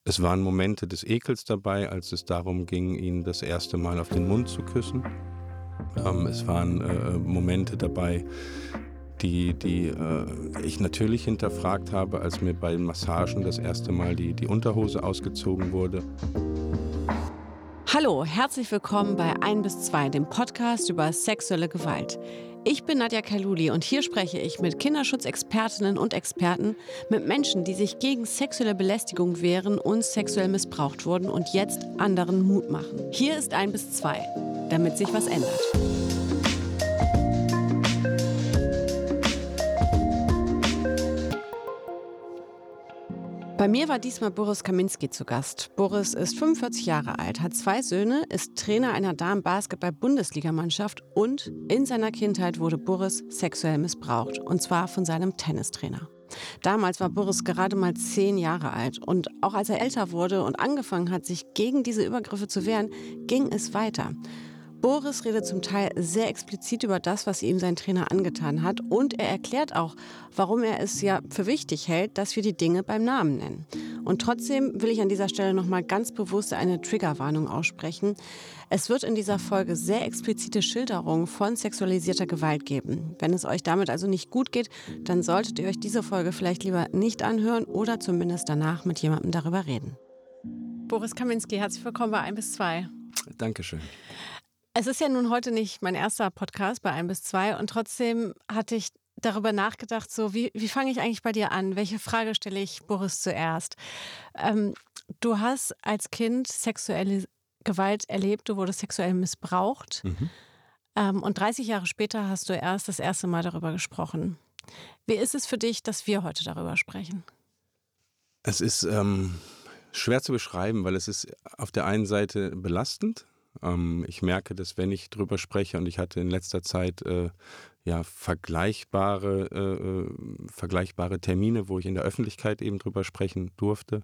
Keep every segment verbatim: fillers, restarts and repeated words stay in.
Es waren Momente des Ekels dabei, als es darum ging, ihn das erste Mal auf den Mund zu küssen. Ähm, es waren äh, Momente dabei, die, die äh, ich natürlich hinterfragt habe, als mir bei den Massagen das erste Mal die, die Unterhose ausgezogen wurde. Hallo, herzlich willkommen bei ein bis zwei, dem Podcast über sexuelle Gewalt. Ich bin Nadja Kaluli und hier spreche ich mit Kinderschutzexpertinnen und Experten, mit Menschen, die sich gegen sexuelle Belästigung wehren und sexuell missbraucht wurden und jetzt anderen Mut machen. Hier ist ein bis zwei, damit sich was ändert. Bei mir war diesmal Boris Kaminski zu Gast. Boris ist fünfundvierzig Jahre alt, hat zwei Söhne, ist Trainer einer Damen-Basketball-Bundesligamannschaft und in seiner Kindheit wurde Boris sexuell missbraucht, und zwar von seinem Tennistrainer. Damals war Boris gerade mal zehn Jahre alt und auch als er älter wurde und angefangen hat, sich gegen diese Übergriffe zu wehren, ging es weiter. Boris redet zum Teil sehr explizit über das, was ihm sein Trainer angetan hat, und er erklärt auch, warum er es ja für wichtig hält, dass wir die Dinge beim Namen nennen. Und trotzdem will ich an dieser Stelle nochmal ganz bewusst eine Triggerwarnung aussprechen. Es wird in dieser Folge sehr explizite Schilderungen von sexualisierter Gewalt geben. Wenn es euch damit also nicht gut geht, dann solltet ihr euch diese Folge vielleicht lieber nicht anhören oder zumindest danach mit jemandem darüber reden. Boris Kaminski, herzlich willkommen bei ein bis zwei. Dankeschön. Es ist ja nun heute nicht mein erster Podcast bei ein bis zwei und trotzdem hatte ich darüber nachgedacht, so wie, wie fange ich eigentlich bei dir an? Welche Frage stelle ich Boris zuerst? Ähm, du hast als Kind sexuelle Gewalt erlebt, du wurdest sexuell missbraucht Mhm. ähm, und dreißig Jahre später hast du erst das erste Mal darüber gesprochen. Wie ist es für dich, dass wir heute darüber sprechen? Es ist ähm, schwer zu beschreiben, weil es ist auf der einen Seite belastend. Ähm, ich merke, dass wenn ich drüber spreche, und ich hatte in letzter Zeit äh, ja vergleichbare, äh, vergleichbare Termine, wo ich in der Öffentlichkeit eben drüber sprechen durfte.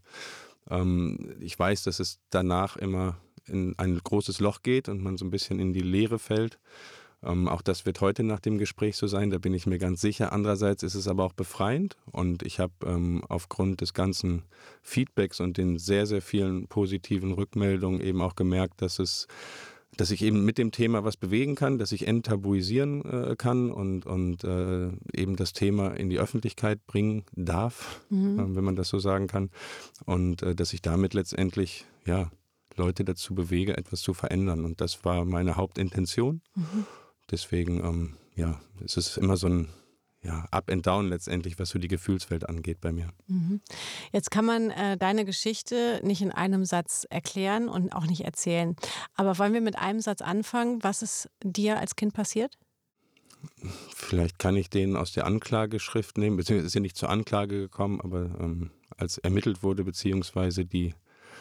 Ähm, ich weiß, dass es danach immer in ein großes Loch geht und man so ein bisschen in die Leere fällt. Ähm, auch das wird heute nach dem Gespräch so sein, da bin ich mir ganz sicher. Andererseits ist es aber auch befreiend, und ich habe ähm, aufgrund des ganzen Feedbacks und den sehr, sehr vielen positiven Rückmeldungen eben auch gemerkt, dass es, dass ich eben mit dem Thema was bewegen kann, dass ich enttabuisieren äh, kann und, und äh, eben das Thema in die Öffentlichkeit bringen darf, Mhm. äh, wenn man das so sagen kann. Und äh, dass ich damit letztendlich, ja, Leute dazu bewege, etwas zu verändern. Und das war meine Hauptintention. Mhm. Deswegen, ähm, ja, es ist immer so ein ja, Up and Down letztendlich, was so die Gefühlswelt angeht bei mir. Mhm. Jetzt kann man äh, deine Geschichte nicht in einem Satz erklären und auch nicht erzählen. Aber wollen wir mit einem Satz anfangen? Was ist dir als Kind passiert? Vielleicht kann ich den aus der Anklageschrift nehmen, beziehungsweise ist ja nicht zur Anklage gekommen, aber ähm, als ermittelt wurde, beziehungsweise die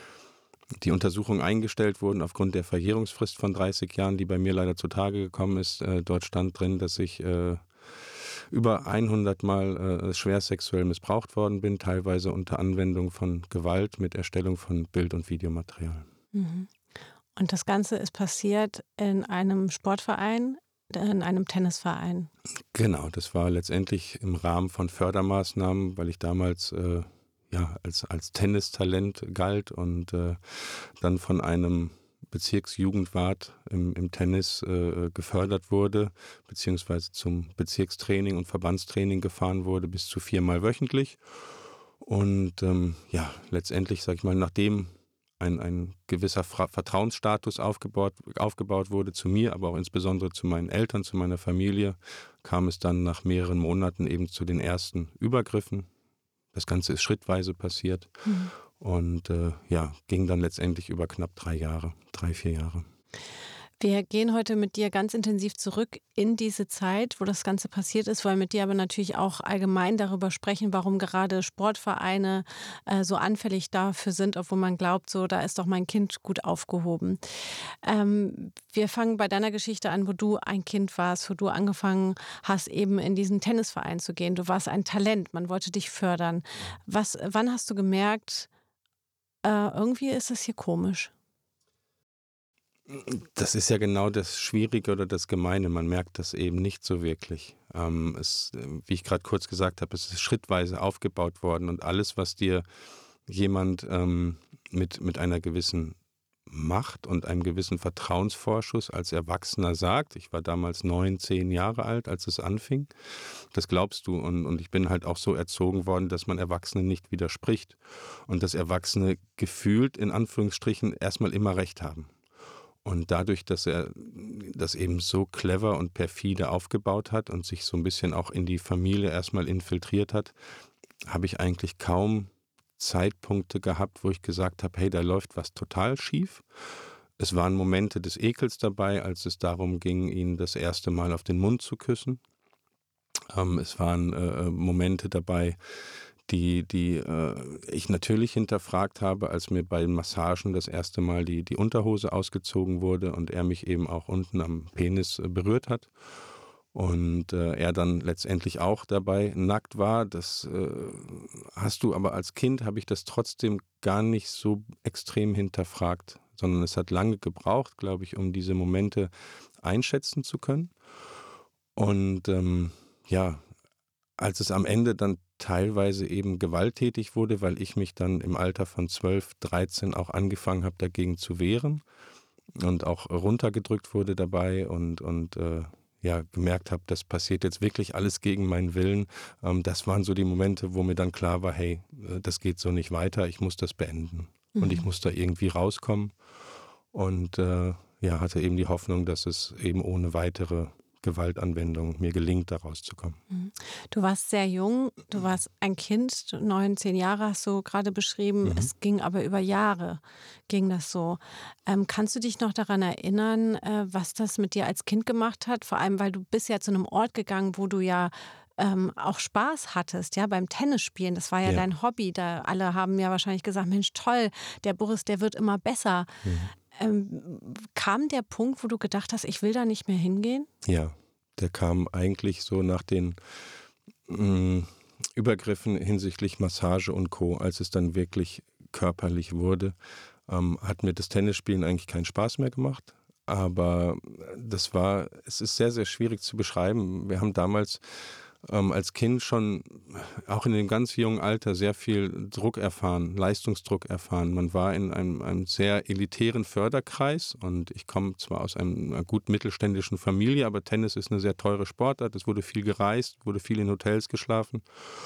die Untersuchungen eingestellt wurden aufgrund der Verjährungsfrist von dreißig Jahren, die bei mir leider zutage gekommen ist. Äh, dort stand drin, dass ich äh, über hundert Mal äh, schwer sexuell missbraucht worden bin, teilweise unter Anwendung von Gewalt mit Erstellung von Bild- und Videomaterial. Mhm. Und das Ganze ist passiert in einem Sportverein, in einem Tennisverein. Genau, das war letztendlich im Rahmen von Fördermaßnahmen, weil ich damals äh, ja, als, als Tennistalent galt und äh, dann von einem Bezirksjugendwart im, im Tennis äh, gefördert wurde, beziehungsweise zum Bezirkstraining und Verbandstraining gefahren wurde, bis zu viermal wöchentlich. Und ähm, ja, letztendlich, sag ich mal, nachdem ein, ein gewisser Fra- Vertrauensstatus aufgebaut, aufgebaut wurde zu mir, aber auch insbesondere zu meinen Eltern, zu meiner Familie, kam es dann nach mehreren Monaten eben zu den ersten Übergriffen. Das Ganze ist schrittweise passiert Mhm. und äh, ja, ging dann letztendlich über knapp drei Jahre, drei, vier Jahre. Wir gehen heute mit dir ganz intensiv zurück in diese Zeit, wo das Ganze passiert ist, wollen mit dir aber natürlich auch allgemein darüber sprechen, warum gerade Sportvereine äh, so anfällig dafür sind, obwohl man glaubt, so da ist doch mein Kind gut aufgehoben. Ähm, wir fangen bei deiner Geschichte an, wo du ein Kind warst, wo du angefangen hast, eben in diesen Tennisverein zu gehen. Du warst ein Talent, man wollte dich fördern. Was, wann hast du gemerkt, äh, irgendwie ist es hier komisch? Das ist ja genau das Schwierige oder das Gemeine. Man merkt das eben nicht so wirklich. Ähm, es, wie ich gerade kurz gesagt habe, es ist schrittweise aufgebaut worden und alles, was dir jemand ähm, mit, mit einer gewissen Macht und einem gewissen Vertrauensvorschuss als Erwachsener sagt. Ich war damals neun, zehn Jahre alt, als es anfing. Das glaubst du. Und, und ich bin halt auch so erzogen worden, dass man Erwachsenen nicht widerspricht. Und dass Erwachsene gefühlt, in Anführungsstrichen, erstmal immer Recht haben. Und dadurch, dass er das eben so clever und perfide aufgebaut hat und sich so ein bisschen auch in die Familie erstmal infiltriert hat, habe ich eigentlich kaum Zeitpunkte gehabt, wo ich gesagt habe, hey, da läuft was total schief. Es waren Momente des Ekels dabei, als es darum ging, ihn das erste Mal auf den Mund zu küssen. Ähm, es waren äh, Momente dabei, die, die äh, ich natürlich hinterfragt habe, als mir bei den Massagen das erste Mal die, die Unterhose ausgezogen wurde und er mich eben auch unten am Penis äh, berührt hat. Und äh, er dann letztendlich auch dabei nackt war. Das äh, hast du aber als Kind, habe ich das trotzdem gar nicht so extrem hinterfragt, sondern es hat lange gebraucht, glaube ich, um diese Momente einschätzen zu können. Und ähm, ja, als es am Ende dann teilweise eben gewalttätig wurde, weil ich mich dann im Alter von zwölf, dreizehn auch angefangen habe, dagegen zu wehren und auch runtergedrückt wurde dabei und, und äh, ja, gemerkt habe, das passiert jetzt wirklich alles gegen meinen Willen. Ähm, das waren so die Momente, wo mir dann klar war, hey, äh, das geht so nicht weiter, ich muss das beenden. Mhm. Und ich muss da irgendwie rauskommen. Und äh, ja, hatte eben die Hoffnung, dass es eben ohne weitere Gewaltanwendung mir gelingt, da rauszukommen. Du warst sehr jung, du warst ein Kind, neun, zehn Jahre hast du gerade beschrieben. Mhm. Es ging aber über Jahre, ging das so. Ähm, kannst du dich noch daran erinnern, äh, was das mit dir als Kind gemacht hat? Vor allem, weil du bist ja zu einem Ort gegangen, wo du ja ähm, auch Spaß hattest, ja, beim Tennisspielen. Das war ja, ja dein Hobby. Da alle haben ja wahrscheinlich gesagt, Mensch, toll, der Boris, der wird immer besser. Mhm. Ähm, kam der Punkt, wo du gedacht hast, ich will da nicht mehr hingehen? Ja, der kam eigentlich so nach den mh, Übergriffen hinsichtlich Massage und Co., als es dann wirklich körperlich wurde, ähm, hat mir das Tennisspielen eigentlich keinen Spaß mehr gemacht. Aber das war, es ist sehr, sehr schwierig zu beschreiben. Wir haben damals ähm, als Kind schon auch in dem ganz jungen Alter sehr viel Druck erfahren, Leistungsdruck erfahren. Man war in einem, einem sehr elitären Förderkreis und ich komme zwar aus einer gut mittelständischen Familie, aber Tennis ist eine sehr teure Sportart. Es wurde viel gereist, wurde viel in Hotels geschlafen.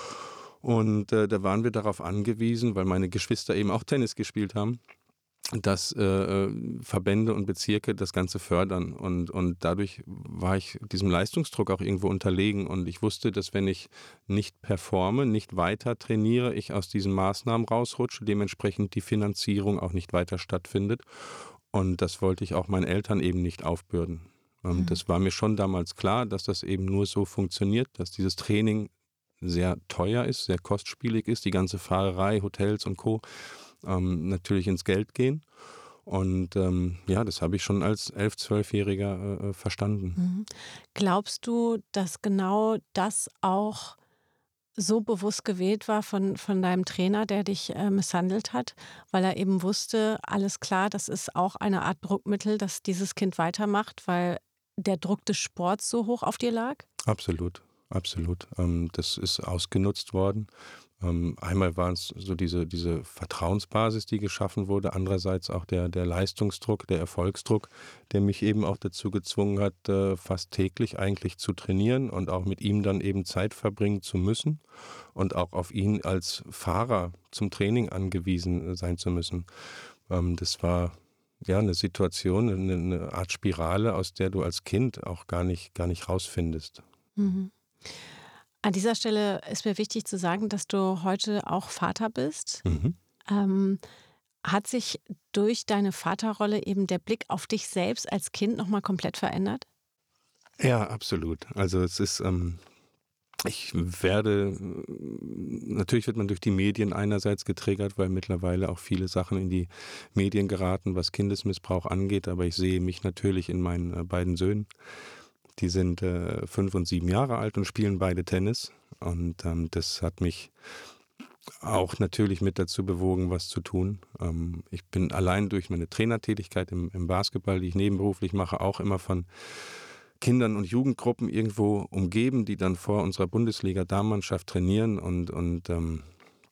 Und äh, da waren wir darauf angewiesen, weil meine Geschwister eben auch Tennis gespielt haben, dass äh, Verbände und Bezirke das Ganze fördern. Und, und dadurch war ich diesem Leistungsdruck auch irgendwo unterlegen. Und ich wusste, dass wenn ich nicht performe, nicht weiter trainiere, ich aus diesen Maßnahmen rausrutsche, dementsprechend die Finanzierung auch nicht weiter stattfindet. Und das wollte ich auch meinen Eltern eben nicht aufbürden. Und mhm. das war mir schon damals klar, dass das eben nur so funktioniert, dass dieses Training sehr teuer ist, sehr kostspielig ist, die ganze Fahrerei, Hotels und Co., Ähm, natürlich ins Geld gehen. Und ähm, ja, das habe ich schon als elf-, zwölfjähriger äh, verstanden. Mhm. Glaubst du, dass genau das auch so bewusst gewählt war von, von deinem Trainer, der dich äh, misshandelt hat, weil er eben wusste, alles klar, das ist auch eine Art Druckmittel, dass dieses Kind weitermacht, weil der Druck des Sports so hoch auf dir lag? Absolut, absolut. Ähm, das ist ausgenutzt worden. Ähm, einmal war es so diese, diese Vertrauensbasis, die geschaffen wurde, andererseits auch der, der Leistungsdruck, der Erfolgsdruck, der mich eben auch dazu gezwungen hat, äh, fast täglich eigentlich zu trainieren und auch mit ihm dann eben Zeit verbringen zu müssen und auch auf ihn als Fahrer zum Training angewiesen sein zu müssen. Ähm, das war ja eine Situation, eine, eine Art Spirale, aus der du als Kind auch gar nicht, gar nicht rausfindest. Mhm. An dieser Stelle ist mir wichtig zu sagen, dass du heute auch Vater bist. Mhm. Ähm, hat sich durch deine Vaterrolle eben der Blick auf dich selbst als Kind nochmal komplett verändert? Ja, absolut. Also es ist, ähm, ich werde, natürlich wird man durch die Medien einerseits getriggert, weil mittlerweile auch viele Sachen in die Medien geraten, was Kindesmissbrauch angeht, aber ich sehe mich natürlich in meinen äh, beiden Söhnen. Die sind äh, fünf und sieben Jahre alt und spielen beide Tennis. Und ähm, das hat mich auch natürlich mit dazu bewogen, was zu tun. Ähm, ich bin allein durch meine Trainertätigkeit im, im Basketball, die ich nebenberuflich mache, auch immer von Kindern und Jugendgruppen irgendwo umgeben, die dann vor unserer Bundesliga-Damenmannschaft trainieren. Und, und ähm,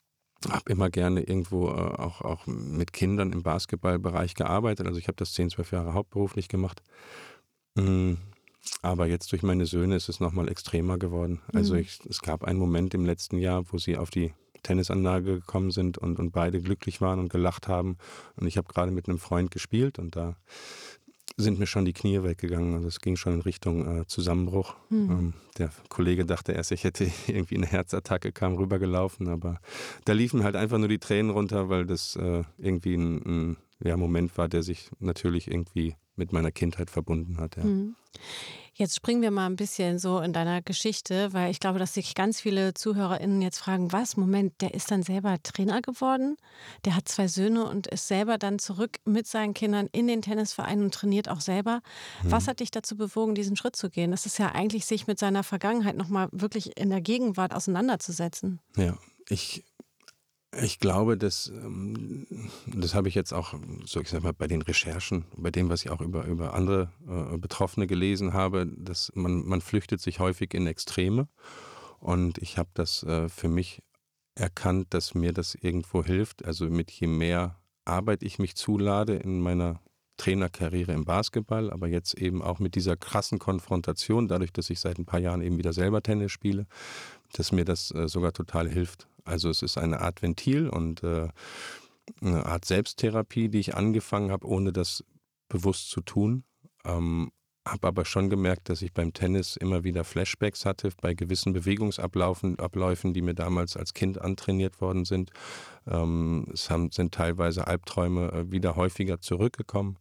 habe immer gerne irgendwo äh, auch, auch mit Kindern im Basketballbereich gearbeitet. Also ich habe das zehn, zwölf Jahre hauptberuflich gemacht. Mm, Aber jetzt durch meine Söhne ist es nochmal extremer geworden. Also Mhm. ich, es gab einen Moment im letzten Jahr, wo sie auf die Tennisanlage gekommen sind und, und beide glücklich waren und gelacht haben. Und ich habe gerade mit einem Freund gespielt und da sind mir schon die Knie weggegangen. Also es ging schon in Richtung äh, Zusammenbruch. Mhm. Ähm, der Kollege dachte erst, ich hätte irgendwie eine Herzattacke, kam rübergelaufen, aber da liefen halt einfach nur die Tränen runter, weil das äh, irgendwie ein, ein ja, Moment war, der sich natürlich irgendwie mit meiner Kindheit verbunden hat. Ja. Mhm. Jetzt springen wir mal ein bisschen so in deiner Geschichte, weil ich glaube, dass sich ganz viele ZuhörerInnen jetzt fragen, was, Moment, der ist dann selber Trainer geworden? Der hat zwei Söhne und ist selber dann zurück mit seinen Kindern in den Tennisverein und trainiert auch selber. Was Mhm. hat dich dazu bewogen, diesen Schritt zu gehen? Das ist ja eigentlich, sich mit seiner Vergangenheit nochmal wirklich in der Gegenwart auseinanderzusetzen. Ja, ich Ich glaube, dass, ähm, das habe ich jetzt auch, so ich sag mal, bei den Recherchen, bei dem, was ich auch über, über andere äh, Betroffene gelesen habe, dass man, man flüchtet sich häufig in Extreme. Und ich habe das äh, für mich erkannt, dass mir das irgendwo hilft. Also mit je mehr Arbeit ich mich zulade in meiner Trainerkarriere im Basketball, aber jetzt eben auch mit dieser krassen Konfrontation, dadurch, dass ich seit ein paar Jahren eben wieder selber Tennis spiele, dass mir das äh, sogar total hilft. Also es ist eine Art Ventil und äh, eine Art Selbsttherapie, die ich angefangen habe, ohne das bewusst zu tun. Ähm, habe aber schon gemerkt, dass ich beim Tennis immer wieder Flashbacks hatte bei gewissen Bewegungsabläufen, Abläufen, die mir damals als Kind antrainiert worden sind. Ähm, es haben, sind teilweise Albträume äh, wieder häufiger zurückgekommen.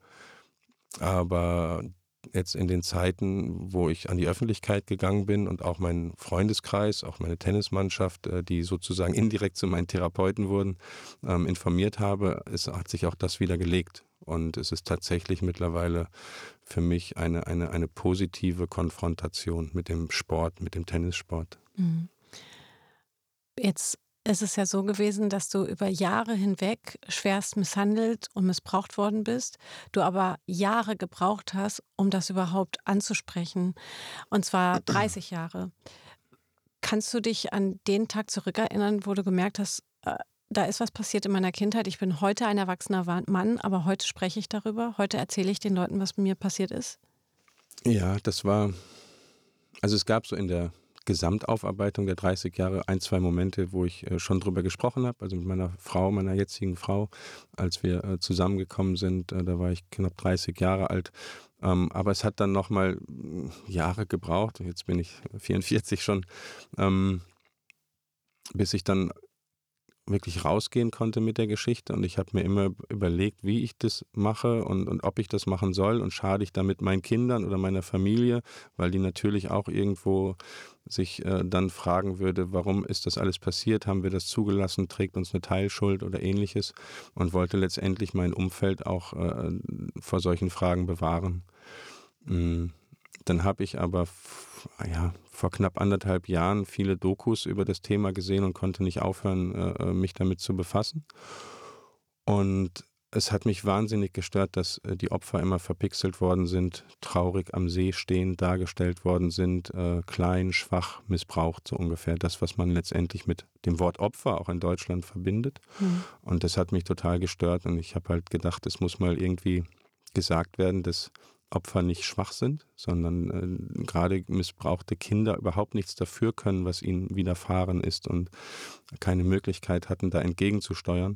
Aber jetzt in den Zeiten, wo ich an die Öffentlichkeit gegangen bin und auch mein Freundeskreis, auch meine Tennismannschaft, äh, die sozusagen indirekt zu meinen Therapeuten wurden, ähm, informiert habe, es hat sich auch das wieder gelegt. Und es ist tatsächlich mittlerweile für mich eine, eine, eine positive Konfrontation mit dem Sport, mit dem Tennissport. Mhm. Jetzt ist es ja so gewesen, dass du über Jahre hinweg schwerst misshandelt und missbraucht worden bist, du aber Jahre gebraucht hast, um das überhaupt anzusprechen, und zwar dreißig Jahre. Kannst du dich an den Tag zurückerinnern, wo du gemerkt hast, äh, da ist was passiert in meiner Kindheit, ich bin heute ein erwachsener Wa- Mann, aber heute spreche ich darüber, heute erzähle ich den Leuten, was mir passiert ist? Ja, das war, also es gab so in der Gesamtaufarbeitung der dreißig Jahre ein, zwei Momente, wo ich äh, schon drüber gesprochen habe, also mit meiner Frau, meiner jetzigen Frau, als wir äh, zusammengekommen sind, äh, da war ich knapp dreißig Jahre alt. Ähm, aber es hat dann nochmal Jahre gebraucht, und jetzt bin ich vierundvierzig schon, ähm, bis ich dann wirklich rausgehen konnte mit der Geschichte. Und ich habe mir immer überlegt, wie ich das mache und, und ob ich das machen soll, und schade ich damit meinen Kindern oder meiner Familie, weil die natürlich auch irgendwo sich äh, dann fragen würde, warum ist das alles passiert, haben wir das zugelassen, trägt uns eine Teilschuld oder ähnliches, und wollte letztendlich mein Umfeld auch äh, vor solchen Fragen bewahren. Mm. Dann habe ich aber f- ja, vor knapp anderthalb Jahren viele Dokus über das Thema gesehen und konnte nicht aufhören, äh, äh, mich damit zu befassen. Und es hat mich wahnsinnig gestört, dass äh, die Opfer immer verpixelt worden sind, traurig am See stehend dargestellt worden sind, äh, klein, schwach, missbraucht, so ungefähr. Das, was man letztendlich mit dem Wort Opfer auch in Deutschland verbindet. Hm. Und das hat mich total gestört. Und ich habe halt gedacht, es muss mal irgendwie gesagt werden, dass Opfer nicht schwach sind, sondern äh, gerade missbrauchte Kinder überhaupt nichts dafür können, was ihnen widerfahren ist, und keine Möglichkeit hatten, da entgegenzusteuern.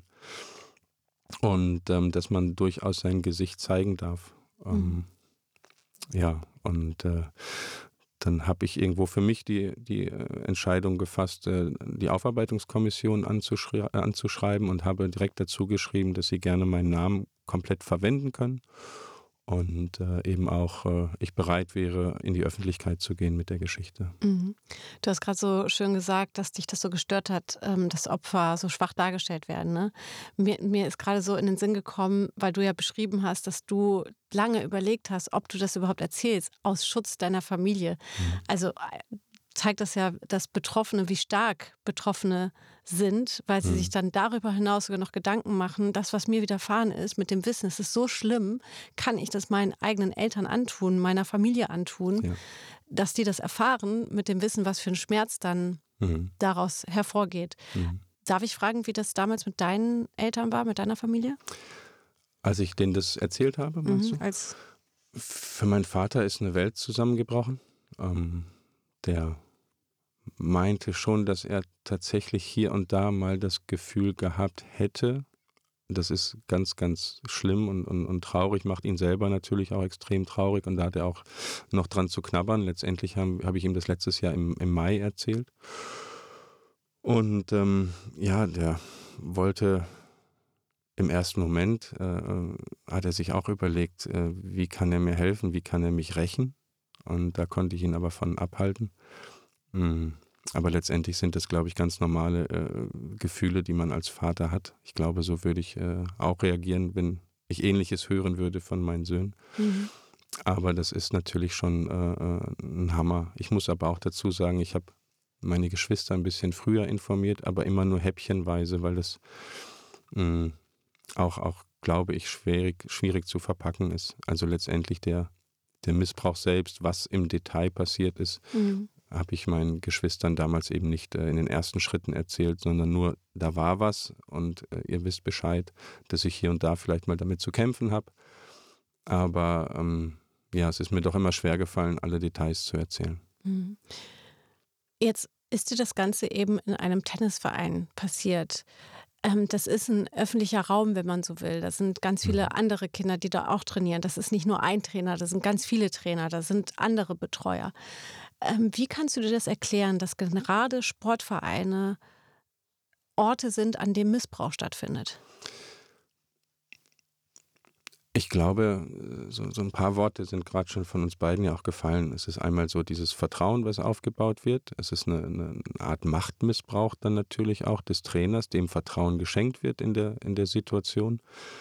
Und ähm, dass man durchaus sein Gesicht zeigen darf. Mhm. Ähm, ja, und äh, dann habe ich irgendwo für mich die, die äh, Entscheidung gefasst, äh, die Aufarbeitungskommission anzuschrei- äh, anzuschreiben, und habe direkt dazu geschrieben, dass sie gerne meinen Namen komplett verwenden können. Und äh, eben auch äh, ich bereit wäre, in die Öffentlichkeit zu gehen mit der Geschichte. Mhm. Du hast gerade so schön gesagt, dass dich das so gestört hat, ähm, dass Opfer so schwach dargestellt werden. Ne? Mir, mir ist gerade so in den Sinn gekommen, weil du ja beschrieben hast, dass du lange überlegt hast, ob du das überhaupt erzählst, aus Schutz deiner Familie. Mhm. Also äh, zeigt das ja, dass Betroffene, wie stark Betroffene sind, weil sie sich Mhm. dann darüber hinaus sogar noch Gedanken machen, das, was mir widerfahren ist, mit dem Wissen, es ist so schlimm, kann ich das meinen eigenen Eltern antun, meiner Familie antun, Ja. dass die das erfahren mit dem Wissen, was für ein Schmerz dann Mhm. daraus hervorgeht. Mhm. Darf ich fragen, wie das damals mit deinen Eltern war, mit deiner Familie? Als ich denen das erzählt habe, meinst Mhm, du? als Für meinen Vater ist eine Welt zusammengebrochen. Ähm, der meinte schon, dass er tatsächlich hier und da mal das Gefühl gehabt hätte, das ist ganz, ganz schlimm und, und, und traurig, macht ihn selber natürlich auch extrem traurig und da hat er auch noch dran zu knabbern. Letztendlich habe hab ich ihm das letztes Jahr im, im Mai erzählt. Und ähm, ja, der wollte im ersten Moment, äh, hat er sich auch überlegt, äh, wie kann er mir helfen, wie kann er mich rächen? Und da konnte ich ihn aber von abhalten. Mm, Aber letztendlich sind das, glaube ich, ganz normale äh, Gefühle, die man als Vater hat. Ich glaube, so würde ich äh, auch reagieren, wenn ich Ähnliches hören würde von meinen Söhnen. mhm. Aber das ist natürlich schon äh, äh, ein Hammer. Ich muss aber auch dazu sagen, ich habe meine Geschwister ein bisschen früher informiert, aber immer nur häppchenweise, weil das mh, auch, auch, glaube ich, schwierig, schwierig zu verpacken ist. Also letztendlich der, der Missbrauch selbst, was im Detail passiert ist, Mhm. habe ich meinen Geschwistern damals eben nicht äh, in den ersten Schritten erzählt, sondern nur, da war was und äh, ihr wisst Bescheid, dass ich hier und da vielleicht mal damit zu kämpfen habe. Aber ähm, ja, es ist mir doch immer schwer gefallen, alle Details zu erzählen. Mhm. Jetzt ist dir das Ganze eben in einem Tennisverein passiert. Ähm, das ist ein öffentlicher Raum, wenn man so will. Das sind ganz Mhm. viele andere Kinder, die da auch trainieren. Das ist nicht nur ein Trainer, das sind ganz viele Trainer, das sind andere Betreuer. Ähm, wie kannst du dir das erklären, dass gerade Sportvereine Orte sind, an denen Missbrauch stattfindet? Ich glaube, äh, so, so ein paar Worte sind gerade schon von uns beiden ja auch gefallen. Es ist einmal so dieses Vertrauen, was aufgebaut wird. Es ist eine, eine Art Machtmissbrauch dann natürlich auch des Trainers, dem Vertrauen geschenkt wird in der, in der Situation.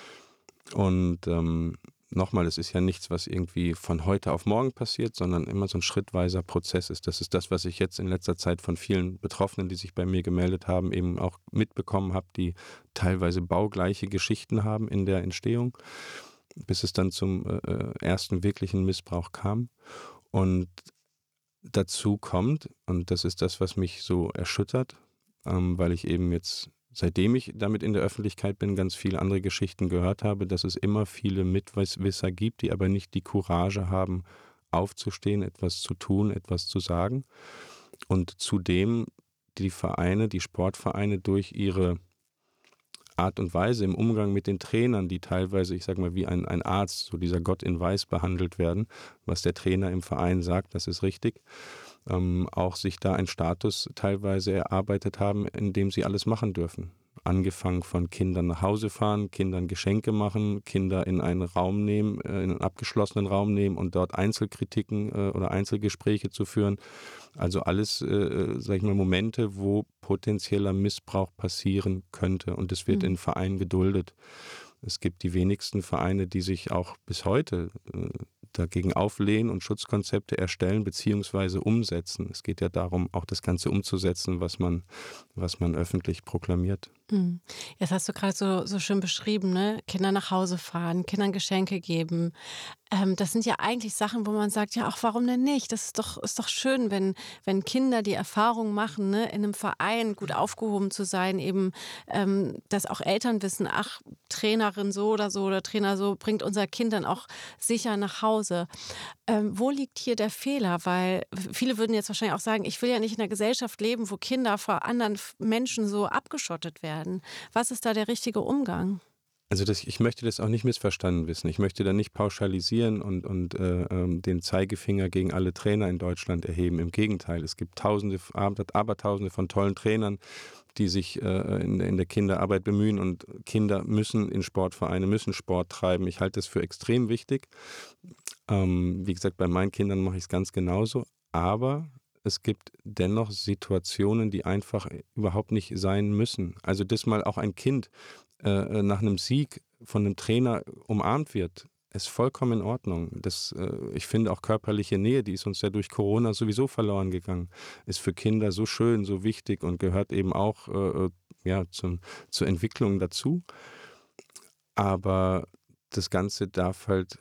Und ähm, nochmal, es ist ja nichts, was irgendwie von heute auf morgen passiert, sondern immer so ein schrittweiser Prozess ist. Das ist das, was ich jetzt in letzter Zeit von vielen Betroffenen, die sich bei mir gemeldet haben, eben auch mitbekommen habe, die teilweise baugleiche Geschichten haben in der Entstehung, bis es dann zum äh, äh, ersten wirklichen Missbrauch kam. Und dazu kommt, und das ist das, was mich so erschüttert, ähm, weil ich eben jetzt, seitdem ich damit in der Öffentlichkeit bin, ganz viele andere Geschichten gehört habe, dass es immer viele Mitwisser gibt, die aber nicht die Courage haben, aufzustehen, etwas zu tun, etwas zu sagen. Und zudem die Vereine, die Sportvereine durch ihre Art und Weise im Umgang mit den Trainern, die teilweise, ich sage mal, wie ein, ein Arzt, so dieser Gott in Weiß behandelt werden, was der Trainer im Verein sagt, das ist richtig, ähm, auch sich da einen Status teilweise erarbeitet haben, in dem sie alles machen dürfen. Angefangen von Kindern nach Hause fahren, Kindern Geschenke machen, Kinder in einen Raum nehmen, äh, in einen abgeschlossenen Raum nehmen und dort Einzelkritiken äh, oder Einzelgespräche zu führen. Also alles, äh, sag ich mal, Momente, wo potenzieller Missbrauch passieren könnte und es wird in Mhm. Vereinen geduldet. Es gibt die wenigsten Vereine, die sich auch bis heute äh, dagegen auflehnen und Schutzkonzepte erstellen bzw. umsetzen. Es geht ja darum, auch das Ganze umzusetzen, was man, was man öffentlich proklamiert. Mhm. Jetzt hast du gerade so, so schön beschrieben, ne? Kinder nach Hause fahren, Kindern Geschenke geben. Ähm, das sind ja eigentlich Sachen, wo man sagt, ja, ach, warum denn nicht? Das ist doch, ist doch schön, wenn, wenn Kinder die Erfahrung machen, ne, in einem Verein gut aufgehoben zu sein, eben, ähm, dass auch Eltern wissen, ach, Trainerin so oder so oder Trainer so bringt unser Kind dann auch sicher nach Hause. Ähm, wo liegt hier der Fehler? Weil viele würden jetzt wahrscheinlich auch sagen, ich will ja nicht in einer Gesellschaft leben, wo Kinder vor anderen F- Menschen so abgeschottet werden. Was ist da der richtige Umgang? Also das, ich möchte das auch nicht missverstanden wissen. Ich möchte da nicht pauschalisieren und, und äh, ähm, den Zeigefinger gegen alle Trainer in Deutschland erheben. Im Gegenteil, es gibt Tausende, aber- Abertausende von tollen Trainern, die sich äh, in, der- in der Kinderarbeit bemühen und Kinder müssen in Sportvereine, müssen Sport treiben. Ich halte das für extrem wichtig. Ähm, wie gesagt, bei meinen Kindern mache ich es ganz genauso. Aber es gibt dennoch Situationen, die einfach überhaupt nicht sein müssen. Also, dass mal auch ein Kind äh, nach einem Sieg von einem Trainer umarmt wird, ist vollkommen in Ordnung. Das, äh, ich finde auch körperliche Nähe, die ist uns ja durch Corona sowieso verloren gegangen, ist für Kinder so schön, so wichtig und gehört eben auch äh, äh, ja, zum, zur Entwicklung dazu. Aber das Ganze darf halt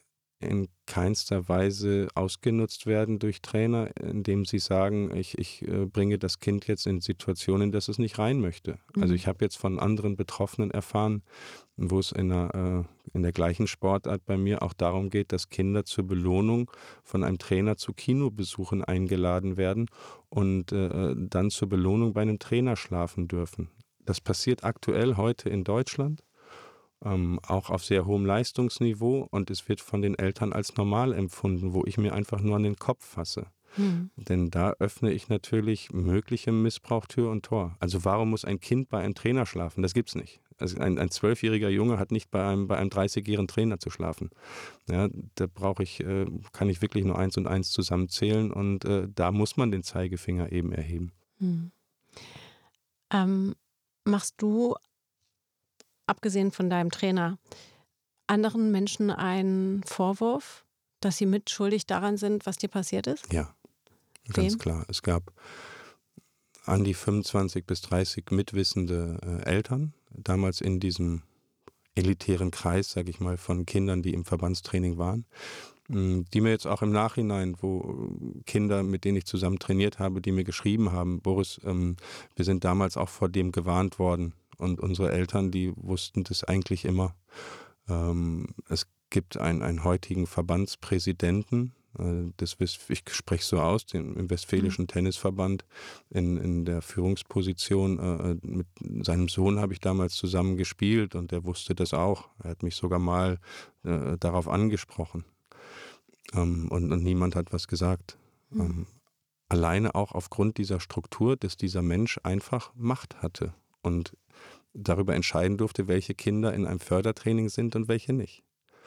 in keinster Weise ausgenutzt werden durch Trainer, indem sie sagen, ich, ich äh, bringe das Kind jetzt in Situationen, dass es nicht rein möchte. Mhm. Also ich habe jetzt von anderen Betroffenen erfahren, wo es in der, äh, in der gleichen Sportart bei mir auch darum geht, dass Kinder zur Belohnung von einem Trainer zu Kinobesuchen eingeladen werden und äh, dann zur Belohnung bei einem Trainer schlafen dürfen. Das passiert aktuell heute in Deutschland. Ähm, auch auf sehr hohem Leistungsniveau, und es wird von den Eltern als normal empfunden, wo ich mir einfach nur an den Kopf fasse. Mhm. Denn da öffne ich natürlich möglichem Missbrauch Tür und Tor. Also warum muss ein Kind bei einem Trainer schlafen? Das gibt's nicht. Also ein, ein zwölfjähriger Junge hat nicht bei einem, bei einem dreißigjährigen Trainer zu schlafen. Ja, da brauche ich, äh, kann ich wirklich nur eins und eins zusammenzählen, und äh, da muss man den Zeigefinger eben erheben. Mhm. Ähm, machst du, abgesehen von deinem Trainer, anderen Menschen einen Vorwurf, dass sie mitschuldig daran sind, was dir passiert ist? Ja, ganz Wem? klar. Es gab an die fünfundzwanzig bis dreißig mitwissende äh, Eltern, damals in diesem elitären Kreis, sage ich mal, von Kindern, die im Verbandstraining waren, mh, die mir jetzt auch im Nachhinein, wo Kinder, mit denen ich zusammen trainiert habe, die mir geschrieben haben, Boris, ähm, wir sind damals auch vor dem gewarnt worden, und unsere Eltern, die wussten das eigentlich immer. Ähm, es gibt einen, einen heutigen Verbandspräsidenten, äh, des, ich spreche so aus, den, im Westfälischen mhm. Tennisverband, in, in der Führungsposition. Äh, mit seinem Sohn habe ich damals zusammen gespielt, und der wusste das auch. Er hat mich sogar mal äh, darauf angesprochen. Ähm, und, und niemand hat was gesagt. Mhm. Ähm, alleine auch aufgrund dieser Struktur, dass dieser Mensch einfach Macht hatte und darüber entscheiden durfte, welche Kinder in einem Fördertraining sind und welche nicht.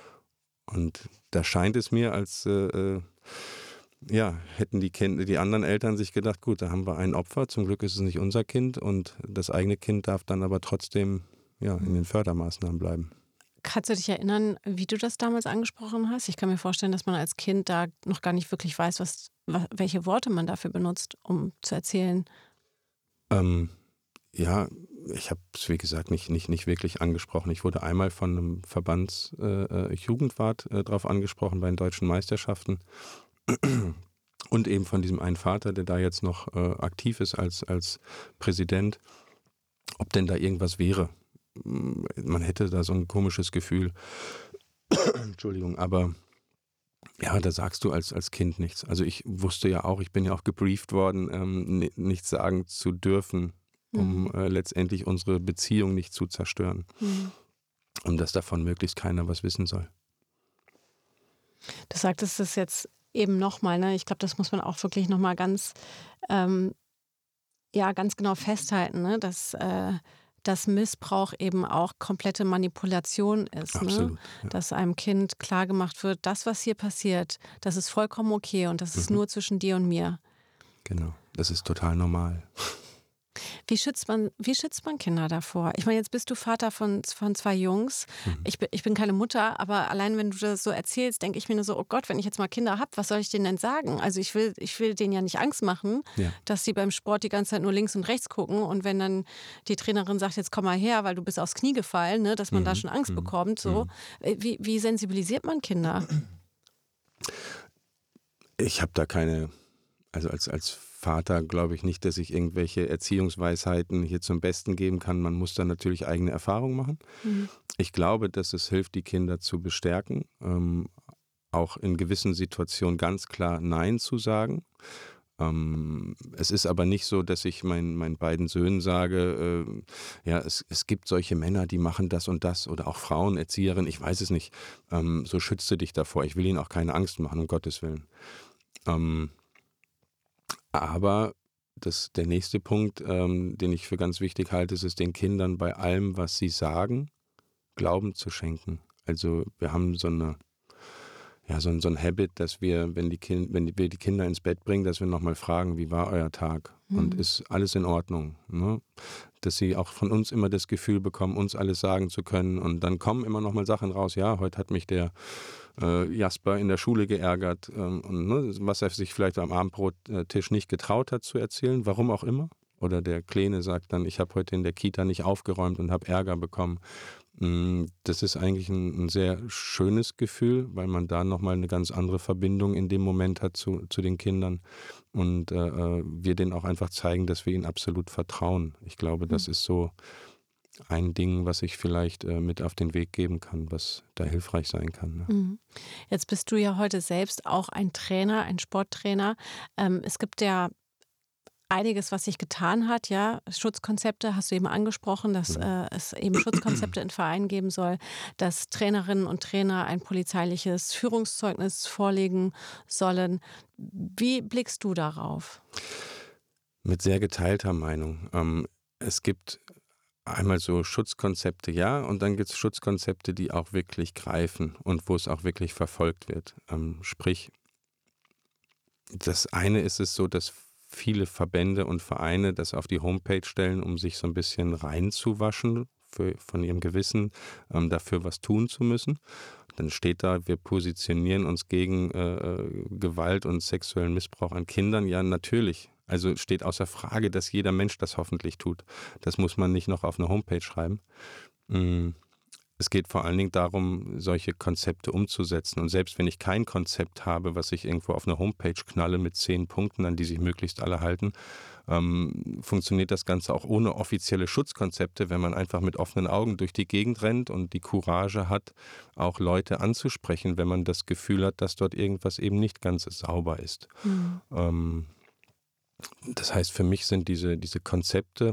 Und da scheint es mir, als äh, ja, hätten die, kind, die anderen Eltern sich gedacht, gut, da haben wir ein Opfer, zum Glück ist es nicht unser Kind, und das eigene Kind darf dann aber trotzdem ja, in den Fördermaßnahmen bleiben. Kannst du dich erinnern, wie du das damals angesprochen hast? Ich kann mir vorstellen, dass man als Kind da noch gar nicht wirklich weiß, was, welche Worte man dafür benutzt, um zu erzählen. Ähm, ja, ich habe es, wie gesagt, nicht, nicht, nicht wirklich angesprochen. Ich wurde einmal von einem Verbandsjugendwart äh, äh, darauf angesprochen bei den deutschen Meisterschaften und eben von diesem einen Vater, der da jetzt noch äh, aktiv ist als, als Präsident, ob denn da irgendwas wäre. Man hätte da so ein komisches Gefühl. Entschuldigung, aber ja, da sagst du als, als Kind nichts. Also ich wusste ja auch, ich bin ja auch gebrieft worden, ähm, nichts sagen zu dürfen, um mhm. äh, letztendlich unsere Beziehung nicht zu zerstören. Mhm. Und dass davon möglichst keiner was wissen soll. Du sagtest es jetzt eben nochmal, ne? Ich glaube, das muss man auch wirklich nochmal ganz, ähm, ja, ganz genau festhalten, ne? Dass, äh, dass Missbrauch eben auch komplette Manipulation ist. Absolut, ne? Ja. Dass einem Kind klargemacht wird, das, was hier passiert, das ist vollkommen okay, und das ist mhm. nur zwischen dir und mir. Genau, das ist total normal. Wie schützt man, wie schützt man Kinder davor? Ich meine, jetzt bist du Vater von, von zwei Jungs. Mhm. Ich, bin, ich bin keine Mutter, aber allein wenn du das so erzählst, denke ich mir nur so, oh Gott, wenn ich jetzt mal Kinder habe, was soll ich denen denn sagen? Also ich will, ich will denen ja nicht Angst machen, ja. dass sie beim Sport die ganze Zeit nur links und rechts gucken, und wenn dann die Trainerin sagt, jetzt komm mal her, weil du bist aufs Knie gefallen, ne, dass man mhm. da schon Angst mhm. bekommt. So. Mhm. Wie, wie sensibilisiert man Kinder? Ich habe da keine, also als, als Vater glaube ich nicht, dass ich irgendwelche Erziehungsweisheiten hier zum Besten geben kann. Man muss da natürlich eigene Erfahrungen machen. Mhm. Ich glaube, dass es hilft, die Kinder zu bestärken, ähm, auch in gewissen Situationen ganz klar Nein zu sagen. Ähm, es ist aber nicht so, dass ich mein, meinen beiden Söhnen sage, äh, ja, es, es gibt solche Männer, die machen das und das, oder auch Frauen, Erzieherinnen, ich weiß es nicht. Ähm, so schütze dich davor. Ich will ihnen auch keine Angst machen, um Gottes Willen. Ähm, Aber das, der nächste Punkt, ähm, den ich für ganz wichtig halte, ist es, den Kindern bei allem, was sie sagen, Glauben zu schenken. Also wir haben so eine, ja, so ein, so ein Habit, dass wir, wenn, die kind, wenn wir die Kinder ins Bett bringen, dass wir nochmal fragen, wie war euer Tag? Mhm. Und ist alles in Ordnung? Ne? Dass sie auch von uns immer das Gefühl bekommen, uns alles sagen zu können. Und dann kommen immer nochmal Sachen raus, ja, heute hat mich der Äh, Jasper in der Schule geärgert, ähm, und, ne, was er sich vielleicht am Abendbrottisch nicht getraut hat zu erzählen, warum auch immer. Oder der Kleine sagt dann, ich habe heute in der Kita nicht aufgeräumt und habe Ärger bekommen. Hm, das ist eigentlich ein 'n sehr schönes Gefühl, weil man da noch mal 'ne ganz andere Verbindung in dem Moment hat zu zu den Kindern und, äh, äh, wir denen auch einfach zeigen, dass wir ihnen absolut vertrauen. Ich glaube, Mhm. das ist so ein Ding, was ich vielleicht, äh, mit auf den Weg geben kann, was da hilfreich sein kann, ne? Mhm. Jetzt bist du ja heute selbst auch ein Trainer, ein Sporttrainer. Ähm, es gibt ja einiges, was sich getan hat, ja. Schutzkonzepte hast du eben angesprochen, dass Mhm. äh, es eben Schutzkonzepte in Vereinen geben soll, dass Trainerinnen und Trainer ein polizeiliches Führungszeugnis vorlegen sollen. Wie blickst du darauf? Mit sehr geteilter Meinung. Ähm, es gibt einmal so Schutzkonzepte, ja, und dann gibt es Schutzkonzepte, die auch wirklich greifen und wo es auch wirklich verfolgt wird. Ähm, sprich, das eine ist es so, dass viele Verbände und Vereine das auf die Homepage stellen, um sich so ein bisschen reinzuwaschen für von ihrem Gewissen, ähm, dafür was tun zu müssen. Dann steht da: „Wir positionieren uns gegen, äh, äh, Gewalt und sexuellen Missbrauch an Kindern." Ja, natürlich. Also, steht außer Frage, dass jeder Mensch das hoffentlich tut. Das muss man nicht noch auf 'ne Homepage schreiben. Hm. Es geht vor allen Dingen darum, solche Konzepte umzusetzen. Und selbst wenn ich kein Konzept habe, was ich irgendwo auf eine Homepage knalle mit zehn Punkten, an die sich möglichst alle halten, ähm, funktioniert das Ganze auch ohne offizielle Schutzkonzepte, wenn man einfach mit offenen Augen durch die Gegend rennt und die Courage hat, auch Leute anzusprechen, wenn man das Gefühl hat, dass dort irgendwas eben nicht ganz sauber ist. Mhm. Ähm, Das heißt, für mich sind diese, diese Konzepte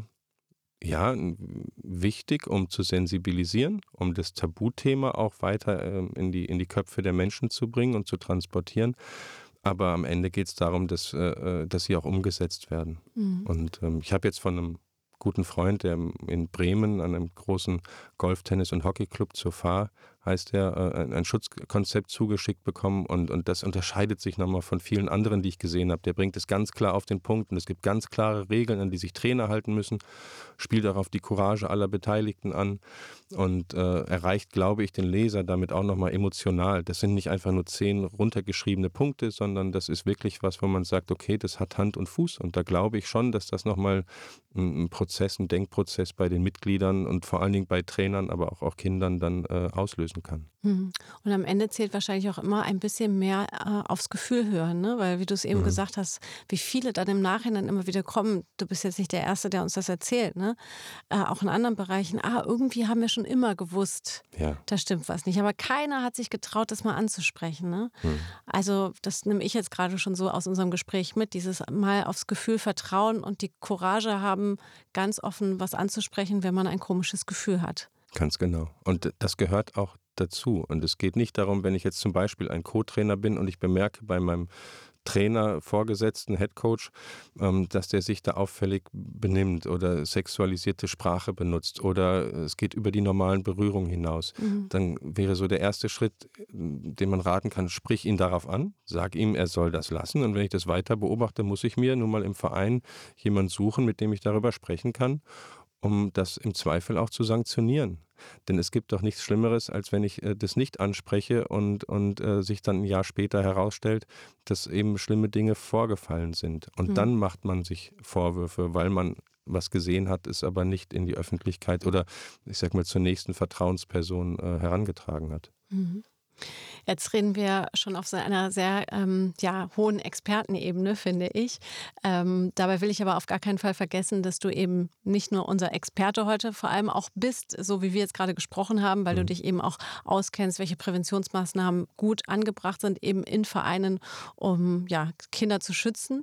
ja, n wichtig, um zu sensibilisieren, um das Tabuthema auch weiter, ähm, in die in die Köpfe der Menschen zu bringen und zu transportieren. Aber am Ende geht es darum, dass, äh, äh, dass sie auch umgesetzt werden. Mhm. Und, ähm, ich habe jetzt von einem guten Freund, der in Bremen an einem großen Golf-, Tennis- und Hockeyclub zur Fahr heißt der, äh, ein ein Schutzkonzept zugeschickt bekommen und und das unterscheidet sich noch mal von vielen anderen, die ich gesehen habe. Der bringt es ganz klar auf den Punkt und es gibt ganz klare Regeln, an die sich Trainer halten müssen, spielt auch auf die Courage aller Beteiligten an und, äh, erreicht, glaube ich, den Leser damit auch noch mal emotional. Das sind nicht einfach nur zehn runtergeschriebene Punkte, sondern das ist wirklich was, wo man sagt: „Okay, das hat Hand und Fuß." Und da glaube ich schon, dass das noch mal 'n 'n Prozess 'n Denkprozess bei den Mitgliedern und vor allen Dingen bei Trainern, aber auch auch Kindern dann, äh, auslösen kann. Mhm. Und am Ende zählt wahrscheinlich auch immer ein bisschen mehr äh, aufs Gefühl hören, ne? Weil, wie du es eben Mhm. gesagt hast, wie viele dann im Nachhinein immer wieder kommen. Du bist jetzt nicht der Erste, der uns das erzählt, ne? Äh, auch in anderen Bereichen. Ah, irgendwie haben wir schon immer gewusst, Ja. da stimmt was nicht. Aber keiner hat sich getraut, das mal anzusprechen, ne? Mhm. Also, das nehme ich jetzt gerade schon so aus unserem Gespräch mit. Dieses mal aufs Gefühl vertrauen und die Courage haben, ganz offen was anzusprechen, wenn man ein komisches Gefühl hat. Ganz genau. Und das gehört auch dazu. Und es geht nicht darum, wenn ich jetzt zum Beispiel ein Co-Trainer bin und ich bemerke bei meinem Trainer, Vorgesetzten, Headcoach, ähm, dass der sich da auffällig benimmt oder sexualisierte Sprache benutzt oder es geht über die normalen Berührungen hinaus. Mhm. Dann wäre so der erste Schritt, äh, den man raten kann: Sprich ihn darauf an, sag ihm, er soll das lassen. Und wenn ich das weiter beobachte, muss ich mir nun mal im Verein jemanden suchen, mit dem ich darüber sprechen kann, um das im Zweifel auch zu sanktionieren. Denn es gibt doch nichts Schlimmeres, als wenn ich, äh, das nicht anspreche und und, äh, sich dann ein Jahr später herausstellt, dass eben schlimme Dinge vorgefallen sind. Und Mhm. dann macht man sich Vorwürfe, weil man was gesehen hat, es aber nicht in die Öffentlichkeit oder, ich sage mal, zur nächsten Vertrauensperson, äh, herangetragen hat. Mhm. Jetzt reden wir schon auf so einer sehr ähm, ja, hohen Expertenebene, finde ich. Ähm, dabei will ich aber auf gar keinen Fall vergessen, dass du eben nicht nur unser Experte heute vor allem auch bist, so wie wir jetzt gerade gesprochen haben, weil du Mhm. dich eben auch auskennst, welche Präventionsmaßnahmen gut angebracht sind, eben in Vereinen, um ja, Kinder zu schützen,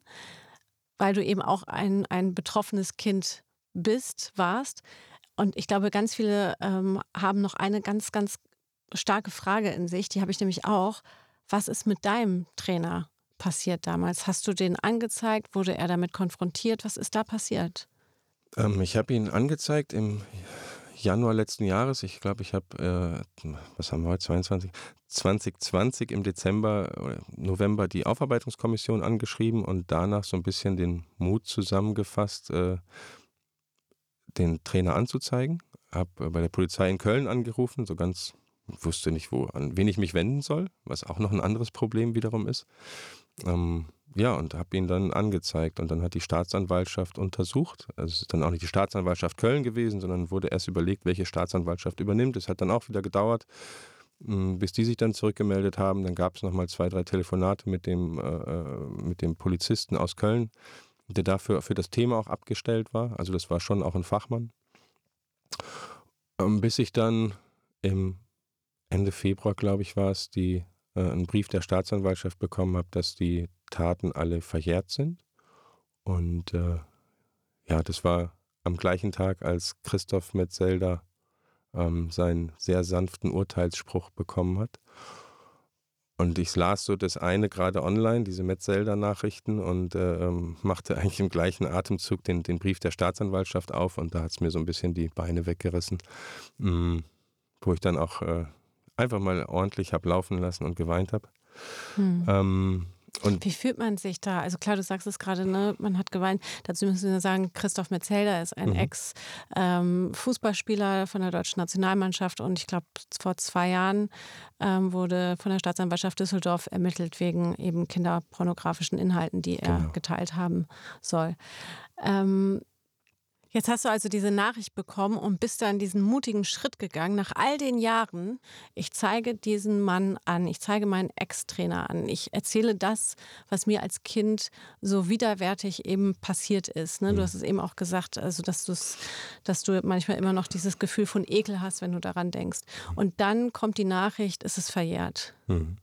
weil du eben auch ein, ein betroffenes Kind bist, warst. Und ich glaube, ganz viele ähm, haben noch eine ganz, ganz starke Frage in sich, die habe ich nämlich auch. Was ist mit deinem Trainer passiert damals? Hast du den angezeigt? Wurde er damit konfrontiert? Was ist da passiert? Ähm, ich habe ihn angezeigt im Januar letzten Jahres. Ich glaube, ich habe, äh, was haben wir heute, zweiundzwanzig? zwanzig zwanzig im Dezember oder November die Aufarbeitungskommission angeschrieben und danach so ein bisschen den Mut zusammengefasst, äh, den Trainer anzuzeigen. Habe bei der Polizei in Köln angerufen, so ganz wusste nicht, wo an wen ich mich wenden soll, was auch noch ein anderes Problem wiederum ist. Ähm, ja, und habe ihn dann angezeigt. Und dann hat die Staatsanwaltschaft untersucht. Also es ist dann auch nicht die Staatsanwaltschaft Köln gewesen, sondern wurde erst überlegt, welche Staatsanwaltschaft übernimmt. Es hat dann auch wieder gedauert, mh, bis die sich dann zurückgemeldet haben. Dann gab es nochmal zwei, drei Telefonate mit dem, äh, mit dem Polizisten aus Köln, der dafür für das Thema auch abgestellt war. Also das war schon auch ein Fachmann. Ähm, bis ich dann im Ende Februar, glaube ich, war es, die, äh, einen Brief der Staatsanwaltschaft bekommen habe, dass die Taten alle verjährt sind. Und äh, ja, das war am gleichen Tag, als Christoph Metzelder ähm, seinen sehr sanften Urteilsspruch bekommen hat. Und ich las so das eine gerade online, diese Metzelder-Nachrichten, und äh, ähm, machte eigentlich im gleichen Atemzug den, den Brief der Staatsanwaltschaft auf, und da hat es mir so ein bisschen die Beine weggerissen, mh, wo ich dann auch äh, einfach mal ordentlich habe laufen lassen und geweint habe. Hm. Ähm, und Wie fühlt man sich da? Also klar, du sagst es gerade, ne, man hat geweint. Dazu müssen wir sagen, Christoph Metzelder ist ein Mhm. Ex-Fußballspieler von der deutschen Nationalmannschaft, und ich glaube, vor zwei Jahren ähm, wurde von der Staatsanwaltschaft Düsseldorf ermittelt wegen eben kinderpornografischen Inhalten, die er Genau. geteilt haben soll. Ähm, Jetzt hast du also diese Nachricht bekommen und bist dann diesen mutigen Schritt gegangen. Nach all den Jahren, ich zeige diesen Mann an, ich zeige meinen Ex-Trainer an, ich erzähle das, was mir als Kind so widerwärtig eben passiert ist. Ne? Du hast es eben auch gesagt, also dass, du's, dass du manchmal immer noch dieses Gefühl von Ekel hast, wenn du daran denkst. Und dann kommt die Nachricht, es ist verjährt. Mhm.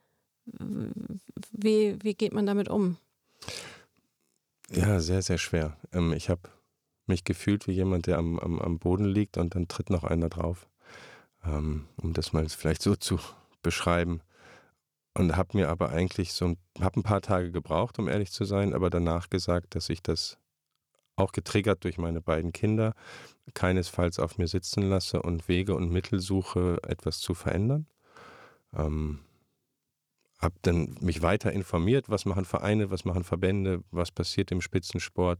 Wie, wie geht man damit um? Ja, sehr, sehr schwer. Ähm, ich habe mich gefühlt wie jemand, der am, am, am Boden liegt, und dann tritt noch einer drauf, ähm, um das mal vielleicht so zu beschreiben. Und habe mir aber eigentlich so ein, habe ein paar Tage gebraucht, um ehrlich zu sein, aber danach gesagt, dass ich das auch getriggert durch meine beiden Kinder keinesfalls auf mir sitzen lasse und Wege und Mittel suche, etwas zu verändern. Ähm, habe dann mich weiter informiert, was machen Vereine, was machen Verbände, was passiert im Spitzensport.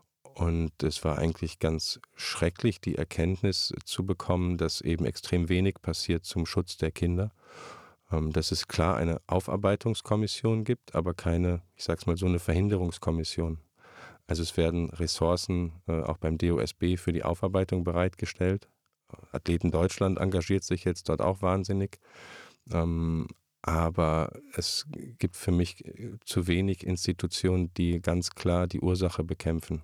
Und es war eigentlich ganz schrecklich, die Erkenntnis zu bekommen, dass eben extrem wenig passiert zum Schutz der Kinder. Ähm, dass es klar eine Aufarbeitungskommission gibt, aber keine, ich sag's mal so, eine Verhinderungskommission. Also es werden Ressourcen äh, auch beim D O S B für die Aufarbeitung bereitgestellt. Athleten Deutschland engagiert sich jetzt dort auch wahnsinnig. Ähm, aber es gibt für mich zu wenig Institutionen, die ganz klar die Ursache bekämpfen.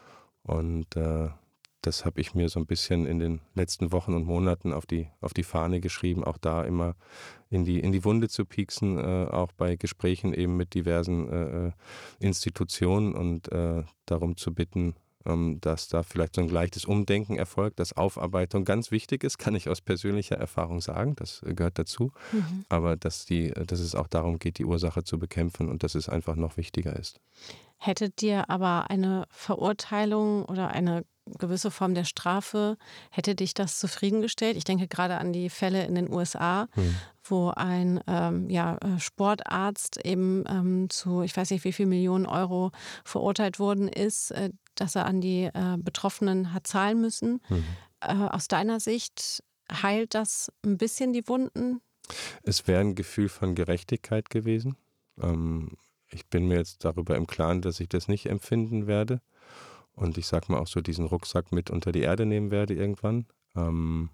Und äh, das habe ich mir so ein bisschen in den letzten Wochen und Monaten auf die, auf die Fahne geschrieben, auch da immer in die, in die Wunde zu pieksen, äh, auch bei Gesprächen eben mit diversen äh, Institutionen, und äh, darum zu bitten, ähm, dass da vielleicht so ein leichtes Umdenken erfolgt, dass Aufarbeitung ganz wichtig ist, kann ich aus persönlicher Erfahrung sagen, das gehört dazu, Mhm. aber dass, die, dass es auch darum geht, die Ursache zu bekämpfen, und dass es einfach noch wichtiger ist. Hätte dir aber eine Verurteilung oder eine gewisse Form der Strafe, hätte dich das zufriedengestellt? Ich denke gerade an die Fälle in den U S A, Hm. wo ein ähm, ja, äh, Sportarzt eben ähm, zu, ich weiß nicht wie viel Millionen Euro verurteilt worden ist, äh, dass er an die äh, Betroffenen hat zahlen müssen. Hm. Äh, aus deiner Sicht heilt das ein bisschen die Wunden? Es wäre ein Gefühl von Gerechtigkeit gewesen. Ähm, ich bin mir jetzt darüber im Klaren, dass ich das nicht empfinden werde. Und ich sag mal auch so diesen Rucksack mit unter die Erde nehmen werde irgendwann. Ähm,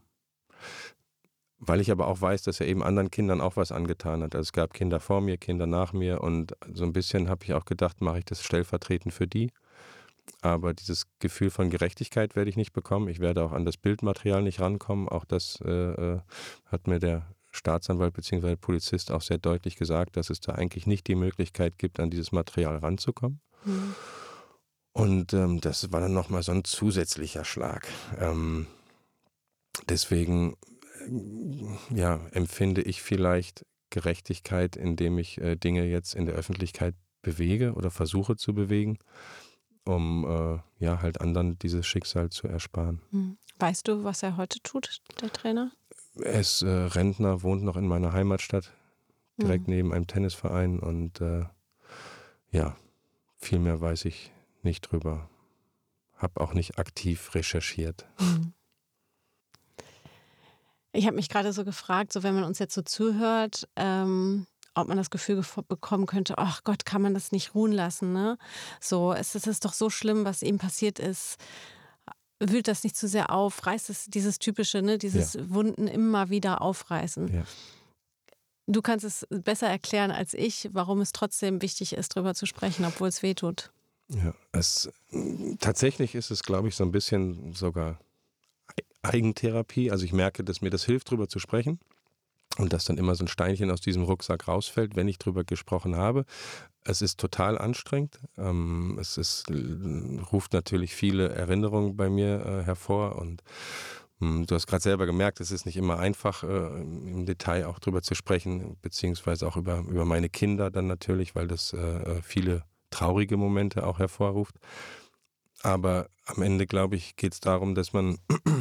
weil ich aber auch weiß, dass er eben anderen Kindern auch was angetan hat. Also es gab Kinder vor mir, Kinder nach mir, und so ein bisschen habe ich auch gedacht, mache ich das stellvertretend für die. Aber dieses Gefühl von Gerechtigkeit werde ich nicht bekommen. Ich werde auch an das Bildmaterial nicht rankommen. Auch das äh, äh, hat mir der Staatsanwalt bzw. Polizist auch sehr deutlich gesagt, dass es da eigentlich nicht die Möglichkeit gibt, an dieses Material ranzukommen. Mhm. Und ähm, das war dann nochmal so ein zusätzlicher Schlag. Ähm, deswegen äh, ja, empfinde ich vielleicht Gerechtigkeit, indem ich äh, Dinge jetzt in der Öffentlichkeit bewege oder versuche zu bewegen, um äh, ja halt anderen dieses Schicksal zu ersparen. Mhm. Weißt du, was er heute tut, der Trainer? Er ist äh, Rentner, wohnt noch in meiner Heimatstadt, direkt Mhm. neben einem Tennisverein, und äh, ja, viel mehr weiß ich nicht drüber. Hab auch nicht aktiv recherchiert. Mhm. Ich habe mich gerade so gefragt, so wenn man uns jetzt so zuhört, ähm, ob man das Gefühl gef- bekommen könnte, ach Gott, kann man das nicht ruhen lassen, ne? So, es, es ist doch so schlimm, was ihm passiert ist. Wühlt das nicht zu sehr auf, reißt es dieses typische, ne, dieses Ja. Wunden immer wieder aufreißen. Ja. Du kannst es besser erklären als ich, warum es trotzdem wichtig ist, darüber zu sprechen, obwohl es weh tut. Ja, es, tatsächlich ist es, glaube ich, so ein bisschen sogar Eigentherapie. Also ich merke, dass mir das hilft, drüber zu sprechen und dass dann immer so ein Steinchen aus diesem Rucksack rausfällt, wenn ich drüber gesprochen habe. Es ist total anstrengend. Ähm, es ist, ruft natürlich viele Erinnerungen bei mir äh, hervor und mh, du hast gerade selber gemerkt, es ist nicht immer einfach, äh, im Detail auch drüber zu sprechen, beziehungsweise auch über, über meine Kinder dann natürlich, weil das äh, viele traurige Momente auch hervorruft. Aber am Ende, glaube ich, geht es darum, dass man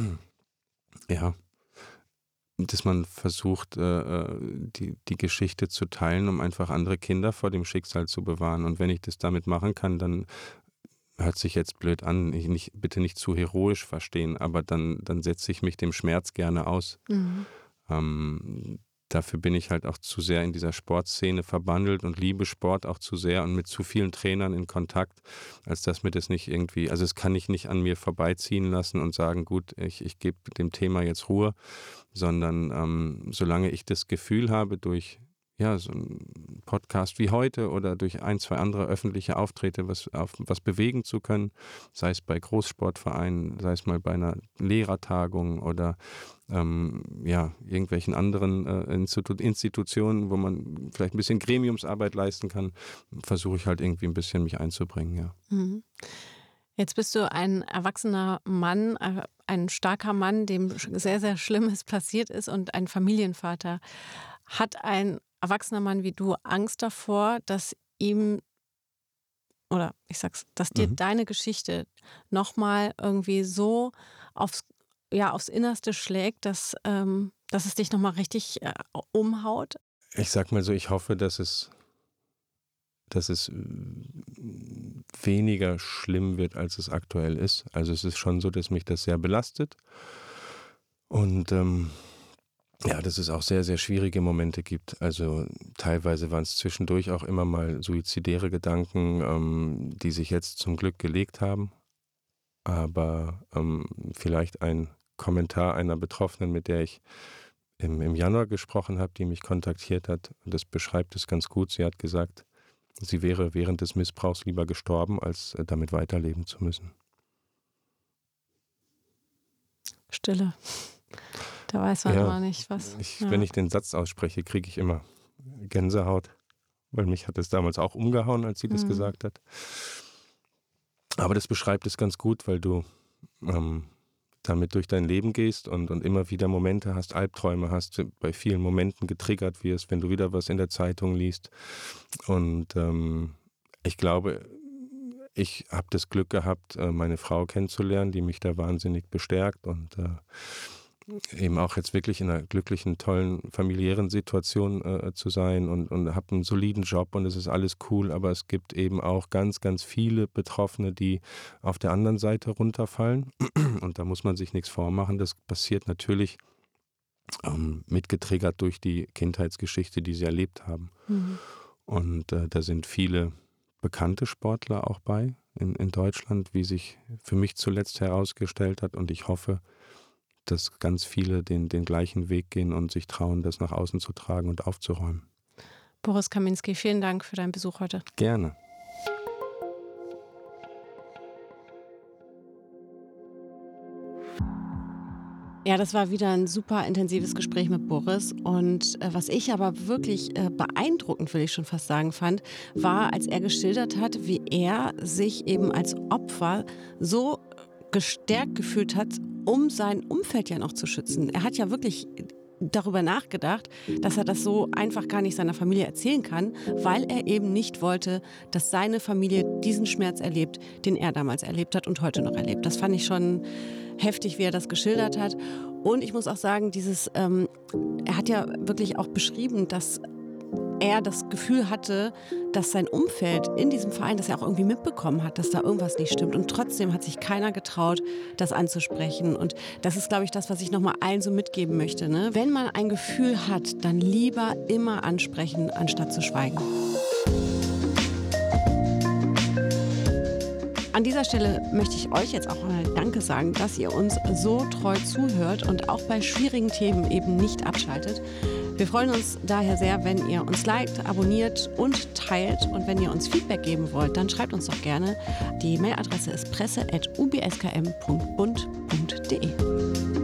ja, dass man versucht, äh, die, die Geschichte zu teilen, um einfach andere Kinder vor dem Schicksal zu bewahren. Und wenn ich das damit machen kann, dann hört sich jetzt blöd an, ich nicht, bitte nicht zu heroisch verstehen, aber dann, dann setze ich mich dem Schmerz gerne aus. Mhm. Ähm, dafür bin ich halt auch zu sehr in dieser Sportszene verbandelt und liebe Sport auch zu sehr und mit zu vielen Trainern in Kontakt, als dass mir das nicht irgendwie, also es kann ich nicht an mir vorbeiziehen lassen und sagen, gut, ich, ich gebe dem Thema jetzt Ruhe, sondern ähm, solange ich das Gefühl habe, durch ja, so einen Podcast wie heute oder durch ein, zwei andere öffentliche Auftritte was, auf, was bewegen zu können, sei es bei Großsportvereinen, sei es mal bei einer Lehrertagung oder ähm, ja, irgendwelchen anderen äh, Institu- Institutionen, wo man vielleicht ein bisschen Gremiumsarbeit leisten kann, versuche ich halt irgendwie ein bisschen mich einzubringen, ja. Mhm. Jetzt bist du ein erwachsener Mann, äh, ein starker Mann, dem sehr, sehr Schlimmes passiert ist und ein Familienvater. Hat ein erwachsener Mann wie du Angst davor, dass ihm, oder ich sag's, dass dir Mhm. deine Geschichte nochmal irgendwie so aufs, ja, aufs Innerste schlägt, dass, ähm, dass es dich nochmal richtig äh, umhaut? Ich sag mal so, ich hoffe, dass es, dass es äh, weniger schlimm wird, als es aktuell ist. Also es ist schon so, dass mich das sehr belastet. Und ähm, ja, dass es auch sehr, sehr schwierige Momente gibt. Also teilweise waren es zwischendurch auch immer mal suizidäre Gedanken, ähm, die sich jetzt zum Glück gelegt haben. Aber ähm, vielleicht ein Kommentar einer Betroffenen, mit der ich im, im Januar gesprochen habe, die mich kontaktiert hat, und das beschreibt es ganz gut. Sie hat gesagt, sie wäre während des Missbrauchs lieber gestorben, als äh, damit weiterleben zu müssen. Stille. Da weiß man Ja, immer nicht, was. Ich, ja. Wenn ich den Satz ausspreche, kriege ich immer Gänsehaut, weil mich hat es damals auch umgehauen, als sie das Mhm. gesagt hat. Aber das beschreibt es ganz gut, weil du ähm, damit durch dein Leben gehst und, und immer wieder Momente hast, Albträume hast, bei vielen Momenten getriggert wirst, wenn du wieder was in der Zeitung liest. Und ähm, ich glaube, ich habe das Glück gehabt, äh, meine Frau kennenzulernen, die mich da wahnsinnig bestärkt und äh, eben auch jetzt wirklich in einer glücklichen, tollen, familiären Situation äh, zu sein und, und habe einen soliden Job und es ist alles cool, aber es gibt eben auch ganz, ganz viele Betroffene, die auf der anderen Seite runterfallen und da muss man sich nichts vormachen. Das passiert natürlich ähm, mitgetriggert durch die Kindheitsgeschichte, die sie erlebt haben. Mhm. Und äh, da sind viele bekannte Sportler auch bei in, in Deutschland, wie sich für mich zuletzt herausgestellt hat und ich hoffe, dass ganz viele den, den gleichen Weg gehen und sich trauen, das nach außen zu tragen und aufzuräumen. Boris Kaminski, vielen Dank für deinen Besuch heute. Gerne. Ja, das war wieder ein super intensives Gespräch mit Boris. Und äh, was ich aber wirklich äh, beeindruckend, will ich schon fast sagen, fand, war, als er geschildert hat, wie er sich eben als Opfer so gestärkt gefühlt hat, um sein Umfeld ja noch zu schützen. Er hat ja wirklich darüber nachgedacht, dass er das so einfach gar nicht seiner Familie erzählen kann, weil er eben nicht wollte, dass seine Familie diesen Schmerz erlebt, den er damals erlebt hat und heute noch erlebt. Das fand ich schon heftig, wie er das geschildert hat. Und ich muss auch sagen, dieses, ähm, er hat ja wirklich auch beschrieben, dass er das Gefühl hatte, dass sein Umfeld in diesem Verein das ja auch irgendwie mitbekommen hat, dass da irgendwas nicht stimmt. Und trotzdem hat sich keiner getraut, das anzusprechen. Und das ist, glaube ich, das, was ich nochmal allen so mitgeben möchte. Ne? Wenn man ein Gefühl hat, dann lieber immer ansprechen, anstatt zu schweigen. An dieser Stelle möchte ich euch jetzt auch mal Danke sagen, dass ihr uns so treu zuhört und auch bei schwierigen Themen eben nicht abschaltet. Wir freuen uns daher sehr, wenn ihr uns liked, abonniert und teilt. Und wenn ihr uns Feedback geben wollt, dann schreibt uns doch gerne. Die Mailadresse ist presse at u b s k m punkt bund punkt d e.